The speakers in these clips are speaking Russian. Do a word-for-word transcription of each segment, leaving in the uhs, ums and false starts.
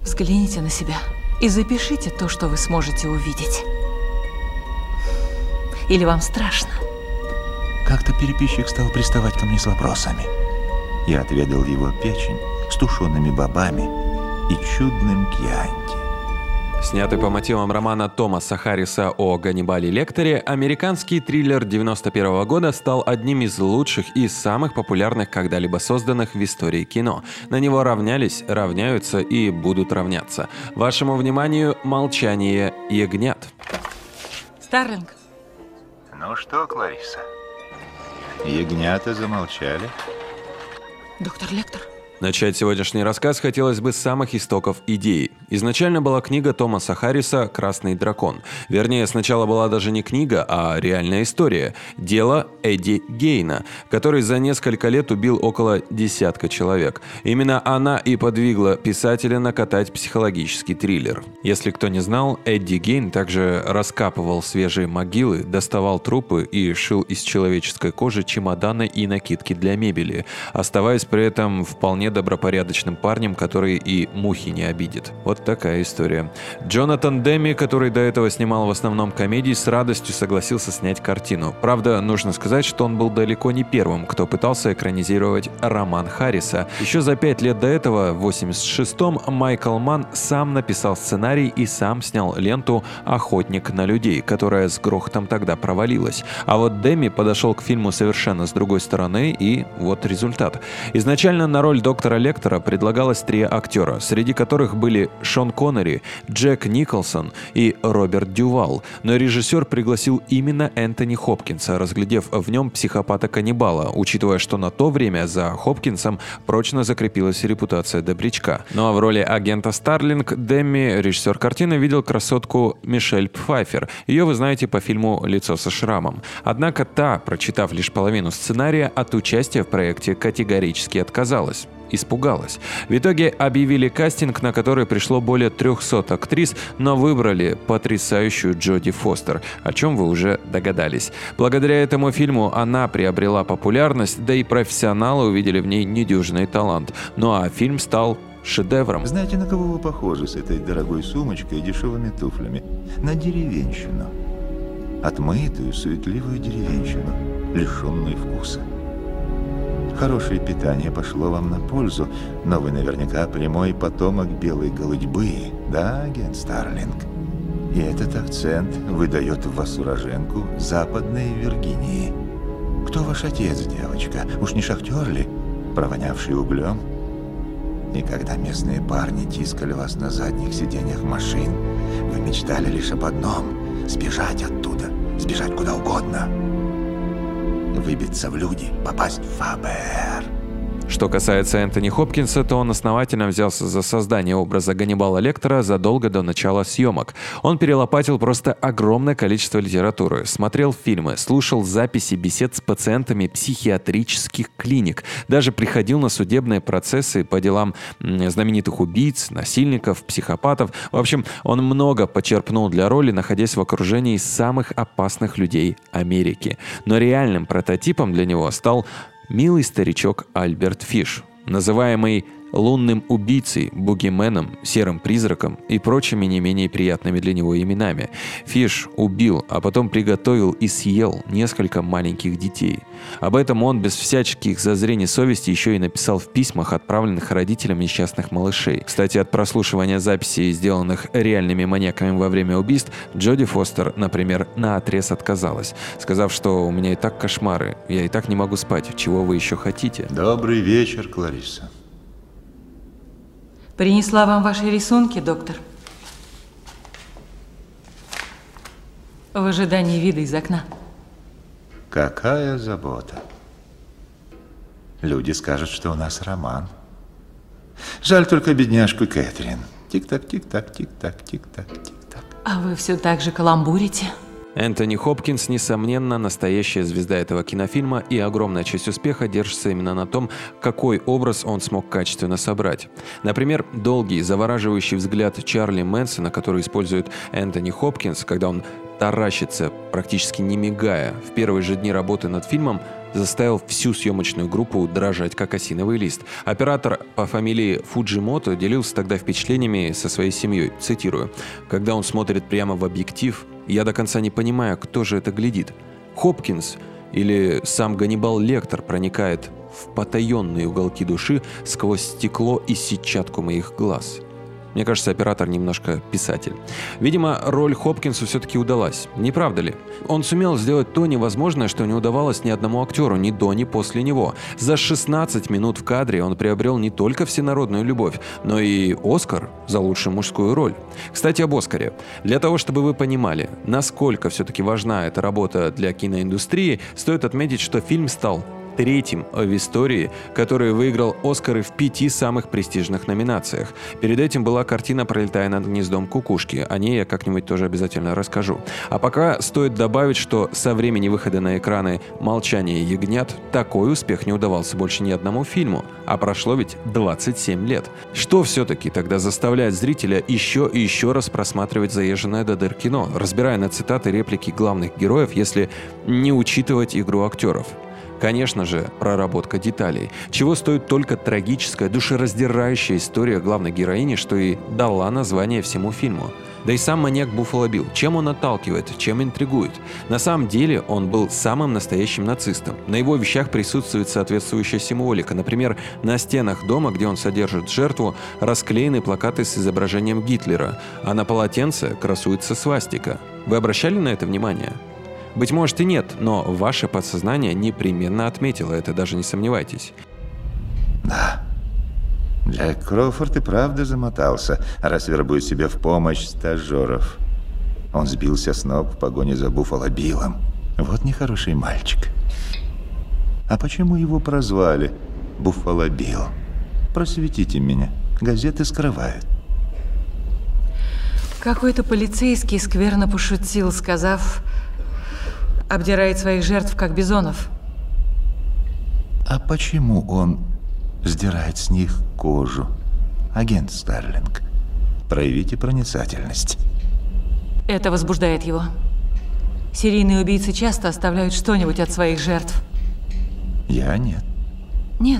Взгляните на себя и запишите то, что вы сможете увидеть. Или вам страшно? Как-то переписчик стал приставать ко мне с вопросами. Я отведал его печень с тушеными бобами и чудным кьянти. Снятый по мотивам романа Томаса Харриса о Ганнибале Лектере, американский триллер девяносто первого года стал одним из лучших и самых популярных когда-либо созданных в истории кино. На него равнялись, равняются и будут равняться. Вашему вниманию «Молчание ягнят». Старлинг. Ну что, Клариса, ягнята замолчали? Доктор Лектор. Начать сегодняшний рассказ хотелось бы с самых истоков идеи. Изначально была книга Томаса Харриса «Красный дракон». Вернее, сначала была даже не книга, а реальная история. Дело Эдди Гейна, который за несколько лет убил около десятка человек. Именно она и подвигла писателя накатать психологический триллер. Если кто не знал, Эдди Гейн также раскапывал свежие могилы, доставал трупы и шил из человеческой кожи чемоданы и накидки для мебели, оставаясь при этом вполне добропорядочным парнем, который и мухи не обидит. Вот такая история. Джонатан Демми, который до этого снимал в основном комедии, с радостью согласился снять картину. Правда, нужно сказать, что он был далеко не первым, кто пытался экранизировать роман Харриса. Еще за пять лет до этого, в восемьдесят шестом, Майкл Манн сам написал сценарий и сам снял ленту «Охотник на людей», которая с грохотом тогда провалилась. А вот Демми подошел к фильму совершенно с другой стороны, и вот результат. Изначально на роль доктора Лектора предлагалось три актера, среди которых были Шон Коннери, Джек Николсон и Роберт Дювалл. Но режиссер пригласил именно Энтони Хопкинса, разглядев в нем психопата-каннибала, учитывая, что на то время за Хопкинсом прочно закрепилась репутация добрячка. Ну а в роли агента Старлинг Демми, режиссер картины, видел красотку Мишель Пфайффер. Ее вы знаете по фильму «Лицо со шрамом». Однако та, прочитав лишь половину сценария, от участия в проекте категорически отказалась. Испугалась. В итоге объявили кастинг, на который пришло более трехсот актрис, но выбрали потрясающую Джоди Фостер, о чем вы уже догадались. Благодаря этому фильму она приобрела популярность, да и профессионалы увидели в ней недюжинный талант. Ну а фильм стал шедевром. Знаете, на кого вы похожи с этой дорогой сумочкой и дешевыми туфлями? На деревенщину. Отмытую, суетливую деревенщину, лишенную вкуса. Хорошее питание пошло вам на пользу, но вы наверняка прямой потомок белой голубьбы, да, агент Старлинг? И этот акцент выдает в вас уроженку Западной Виргинии. Кто ваш отец, девочка? Уж не шахтер ли, провонявший углем? И когда местные парни тискали вас на задних сиденьях машин, вы мечтали лишь об одном – сбежать оттуда, сбежать куда угодно. Выбиться в люди, попасть в ФБР. Что касается Энтони Хопкинса, то он основательно взялся за создание образа Ганнибала Лектора задолго до начала съемок. Он перелопатил просто огромное количество литературы, смотрел фильмы, слушал записи бесед с пациентами психиатрических клиник, даже приходил на судебные процессы по делам знаменитых убийц, насильников, психопатов. В общем, он много почерпнул для роли, находясь в окружении самых опасных людей Америки. Но реальным прототипом для него стал милый старичок Альберт Фиш, называемый лунным убийцей, бугименом, серым призраком и прочими не менее приятными для него именами. Фиш убил, а потом приготовил и съел несколько маленьких детей. Об этом он без всяческих зазрений совести еще и написал в письмах, отправленных родителям несчастных малышей. Кстати, от прослушивания записей, сделанных реальными маньяками во время убийств, Джоди Фостер, например, наотрез отказалась, сказав, что «у меня и так кошмары, я и так не могу спать, чего вы еще хотите?» Добрый вечер, Клариса. Принесла вам ваши рисунки, доктор. В ожидании вида из окна. Какая забота. Люди скажут, что у нас роман. Жаль только бедняжку Кэтрин. Тик-так, тик-так, тик-так, тик-так, тик-так. А вы все так же каламбурите? Энтони Хопкинс, несомненно, настоящая звезда этого кинофильма, и огромная часть успеха держится именно на том, какой образ он смог качественно собрать. Например, долгий, завораживающий взгляд Чарли Мэнсона, который использует Энтони Хопкинс, когда он таращится, практически не мигая, в первые же дни работы над фильмом, заставил всю съемочную группу дрожать как осиновый лист. Оператор по фамилии Фуджимото делился тогда впечатлениями со своей семьей. Цитирую: «Когда он смотрит прямо в объектив, я до конца не понимаю, кто же это глядит. Хопкинс или сам Ганнибал Лектор проникает в потаенные уголки души сквозь стекло и сетчатку моих глаз». Мне кажется, оператор немножко писатель. Видимо, роль Хопкинсу все-таки удалась. Не правда ли? Он сумел сделать то невозможное, что не удавалось ни одному актеру, ни до, ни после него. За шестнадцать минут в кадре он приобрел не только всенародную любовь, но и Оскар за лучшую мужскую роль. Кстати, об Оскаре. Для того, чтобы вы понимали, насколько все-таки важна эта работа для киноиндустрии, стоит отметить, что фильм стал третьим в истории, который выиграл Оскары в пяти самых престижных номинациях. Перед этим была картина «Пролетая над гнездом кукушки». О ней я как-нибудь тоже обязательно расскажу. А пока стоит добавить, что со времени выхода на экраны «Молчание ягнят» такой успех не удавался больше ни одному фильму. А прошло ведь двадцать семь лет. Что все-таки тогда заставляет зрителя еще и еще раз просматривать заезженное до дыр кино, разбирая на цитаты реплики главных героев, если не учитывать игру актеров? Конечно же, проработка деталей. Чего стоит только трагическая, душераздирающая история главной героини, что и дала название всему фильму. Да и сам маньяк Буффало Билл. Чем он отталкивает, чем интригует? На самом деле он был самым настоящим нацистом. На его вещах присутствует соответствующая символика. Например, на стенах дома, где он содержит жертву, расклеены плакаты с изображением Гитлера, а на полотенце красуется свастика. Вы обращали на это внимание? Быть может и нет, но ваше подсознание непременно отметило это, даже не сомневайтесь. Да. Джек Кроуфорд и правда замотался, раз вербует себе в помощь стажеров. Он сбился с ног в погоне за Буффало Биллом. Вот нехороший мальчик. А почему его прозвали Буффало Билл? Просветите меня. Газеты скрывают. Какой-то полицейский скверно пошутил, сказав: обдирает своих жертв, как бизонов. А почему он сдирает с них кожу? Агент Старлинг, проявите проницательность. Это возбуждает его. Серийные убийцы часто оставляют что-нибудь от своих жертв. Я нет. Нет.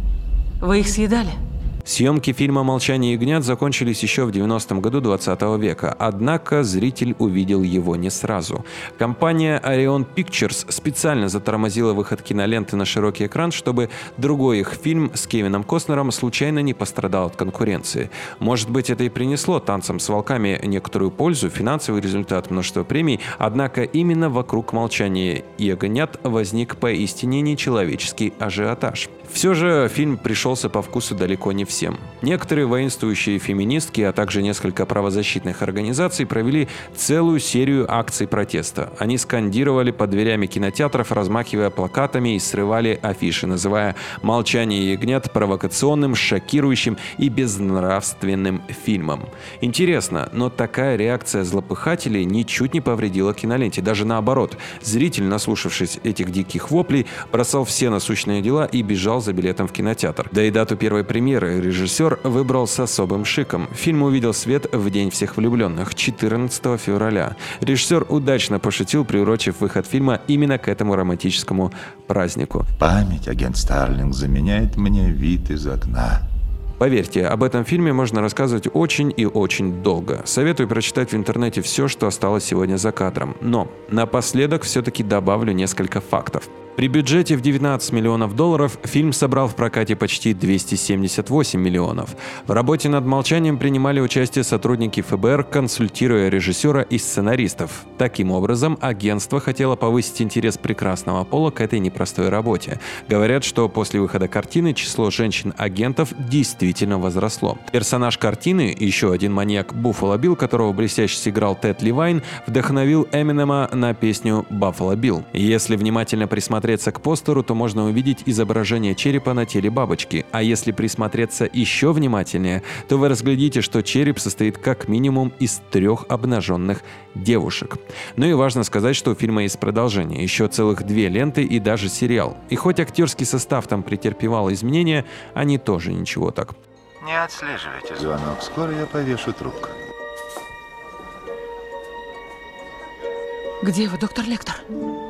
Вы их съедали? Съемки фильма «Молчание ягнят» закончились еще в девяностом году двадцатого века, однако зритель увидел его не сразу. Компания Orion Pictures специально затормозила выход киноленты на широкий экран, чтобы другой их фильм с Кевином Костнером случайно не пострадал от конкуренции. Может быть, это и принесло «Танцам с волками» некоторую пользу, финансовый результат, множество премий, однако именно вокруг «Молчания ягнят» возник поистине нечеловеческий ажиотаж. Все же фильм пришелся по вкусу далеко не всем. Некоторые воинствующие феминистки, а также несколько правозащитных организаций провели целую серию акций протеста. Они скандировали под дверями кинотеатров, размахивая плакатами, и срывали афиши, называя «Молчание ягнят» провокационным, шокирующим и безнравственным фильмом. Интересно, но такая реакция злопыхателей ничуть не повредила киноленте. Даже наоборот, зритель, наслушавшись этих диких воплей, бросал все насущные дела и бежал за билетом в кинотеатр. Да и дату первой премьеры режиссер выбрал с особым шиком. Фильм увидел свет в День всех влюбленных, четырнадцатого февраля. Режиссер удачно пошутил, приурочив выход фильма именно к этому романтическому празднику. Память, агент Старлинг, заменяет мне вид из окна. Поверьте, об этом фильме можно рассказывать очень и очень долго. Советую прочитать в интернете все, что осталось сегодня за кадром. Но напоследок все-таки добавлю несколько фактов. При бюджете в девятнадцать миллионов долларов фильм собрал в прокате почти двести семьдесят восемь миллионов. В работе над «Молчанием» принимали участие сотрудники эф бэ эр, консультируя режиссера и сценаристов. Таким образом, агентство хотело повысить интерес прекрасного пола к этой непростой работе. Говорят, что после выхода картины число женщин-агентов действительно возросло. Персонаж картины, еще один маньяк Буффало Билл, которого блестяще сыграл Тед Левайн, вдохновил Эминема на песню «Buffalo Bill». Если внимательно присмотреться к постеру, то можно увидеть изображение черепа на теле бабочки, а если присмотреться еще внимательнее, то вы разглядите, что череп состоит как минимум из трех обнаженных девушек. Ну и важно сказать, что у фильма есть продолжение, еще целых две ленты и даже сериал. И хоть актерский состав там претерпевал изменения, они тоже ничего так. Не отслеживайте звонок, скоро я повешу трубку. Где вы, доктор Лектор?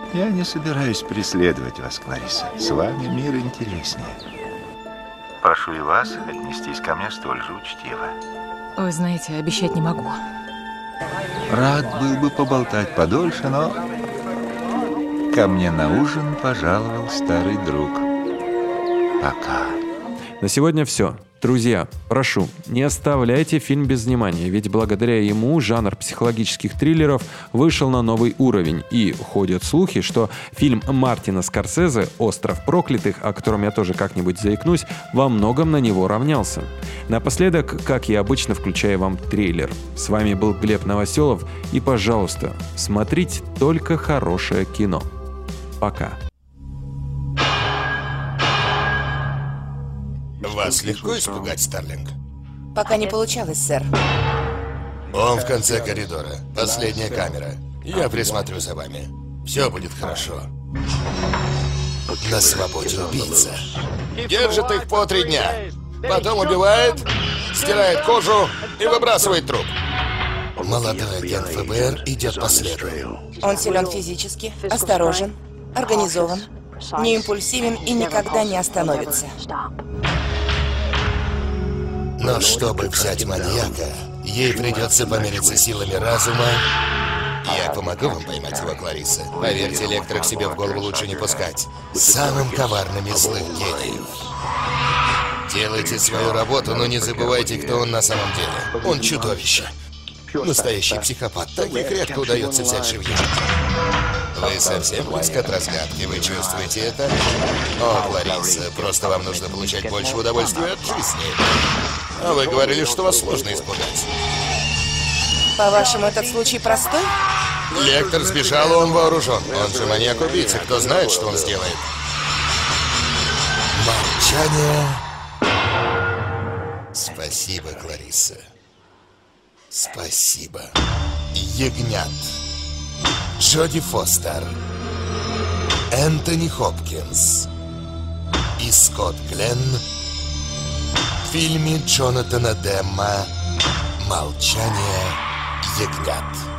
Я не собираюсь преследовать вас, Клариса. С вами мир интереснее. Прошу и вас отнестись ко мне столь же учтиво. Вы знаете, обещать не могу. Рад был бы поболтать подольше, но ко мне на ужин пожаловал старый друг. Пока. На сегодня все. Друзья, прошу, не оставляйте фильм без внимания, ведь благодаря ему жанр психологических триллеров вышел на новый уровень. И ходят слухи, что фильм Мартина Скорсезе «Остров проклятых», о котором я тоже как-нибудь заикнусь, во многом на него равнялся. Напоследок, как и обычно, включаю вам трейлер. С вами был Глеб Новоселов, и, пожалуйста, смотрите только хорошее кино. Пока. Вас легко испугать, Старлинг? Пока не получалось, сэр. Он в конце коридора. Последняя камера. Я присмотрю за вами. Все будет хорошо. На свободе убийца. Держит их по три дня. Потом убивает, стирает кожу и выбрасывает труп. Молодой агент ФБР идет по следу. Он силен физически, осторожен, организован, не импульсивен и никогда не остановится. Но чтобы взять маньяка, ей придется помериться силами разума. Я помогу вам поймать его, Клариса. Поверьте, Лектора к себе в голову лучше не пускать. Самым коварным из злых гениев. Делайте свою работу, но не забывайте, кто он на самом деле. Он чудовище. Настоящий психопат. Таких редко удается взять живьем. Вы совсем близко от разгадки. Вы чувствуете это? О, Клариса, просто вам нужно получать больше удовольствия от жизни. А вы говорили, что вас сложно испугать. По-вашему, этот случай простой? Лектор сбежал, и он вооружен. Он же маньяк-убийца. Кто знает, что он сделает? Молчание. Спасибо, Клариса. Спасибо. Ягнят. Джоди Фостер. Энтони Хопкинс. И Скотт Гленн в фильме Джонатана Демма «Молчание ягнят».